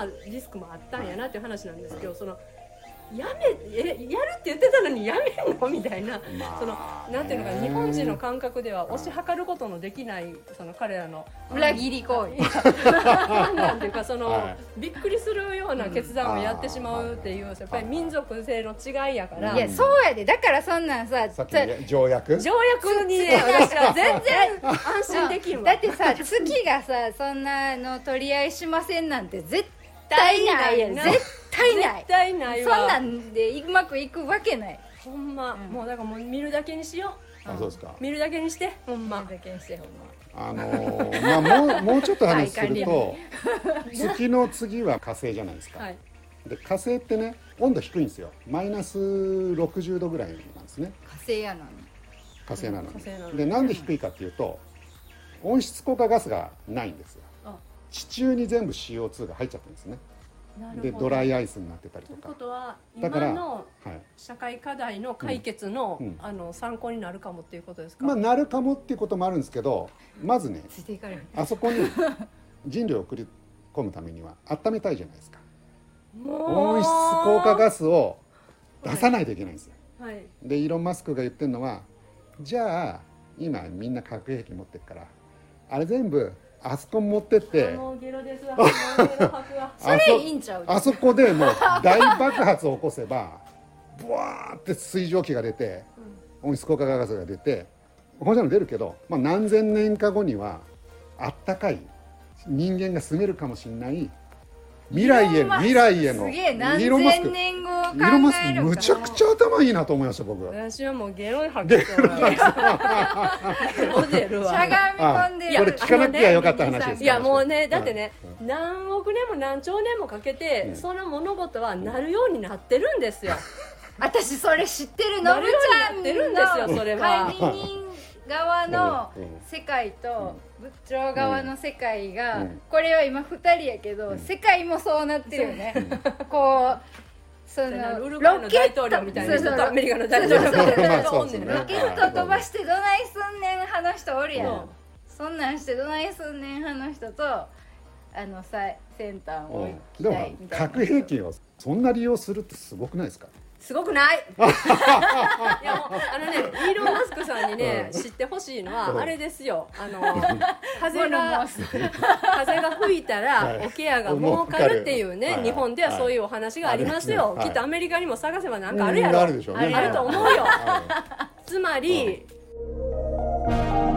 まあリスクもあったんやなっていう話なんですけど、そのやるって言ってたのにやめんのみたいな、そのなんていうのか、日本人の感覚では推し量ることのできないその彼らの裏切り行為なんていうか、そのびっくりするような決断をやってしまうっていう、やっぱり民族性の違いやから。 いやそうやで、だからそんなんさっきの条約にね、私は全然安心できんわ。 だってさ、月がさそんなの取り合いしませんなんて絶対ないやん。絶対ないわ。そんなんでうまくいくわけない。 ほんま、もうだからもう見るだけにしよう。 そうですか。 見るだけにしてほんま。 見るだけにしてほんま。 まあもうちょっと話すると月の次は火星じゃないですか。で火星ってね、温度低いんですよ。マイナス60度ぐらいなんですね。 火星やのに。 火星なのに。でなんで低いかっていうと、温室効果ガスがないんですよ。地中に全部 CO2 が入っちゃってるんですね。でドライアイスになってたりとか。 ということは今の社会課題の解決の、参考になるかもっていうことですか。 まあなるかもっていうこともあるんですけど、まずね、あそこに人類を送り込むためには温めたいじゃないですか。温室効果ガスを出さないといけないんですよ。でイーロン・マスクが言ってるのは、じゃあ今みんな核兵器持ってるから、あれ全部あそこ持ってってそれいいんちゃう。 あそこでもう大爆発を起こせばブワーって水蒸気が出て、温室効果ガスが出て、こんなの出るけど、まあ、何千年か後にはあったかい人間が住めるかもしれない未来へのすげえ、何千年後を考えるか。 イーロン・マスクむちゃくちゃ頭いいなと思いました僕。 私はもうゲロい吐きそうなゲロ出るわ。 しゃがみ込んでる。 これ聞かなきゃよかった話です。 いやもうね、だってね、何億年も何兆年もかけて、その物事はなるようになってるんですよ。 私それ知ってるの。ぶちゃんの管理人側の世界と部長側の世界が、これは今2人やけど、世界もそうなってるよね。こうそのウルグアイの大統領みたいな人とアメリカの大統領みたいな人がおんねんな。 ロケット飛ばしてどないすんねん派の人おるやん。そんなんしてどないすんねん派の人と先端を行きたいみたいな。 核兵器をそんな利用するってすごくないですか。 すごくない。いやもうイーロン・マスクさんにね、知ってほしいのはあれですよ。風が吹いたらおケアが儲かるっていうね、日本ではそういうお話がありますよ。きっとアメリカにも探せばなんかあるやろ。あると思うよ。つまり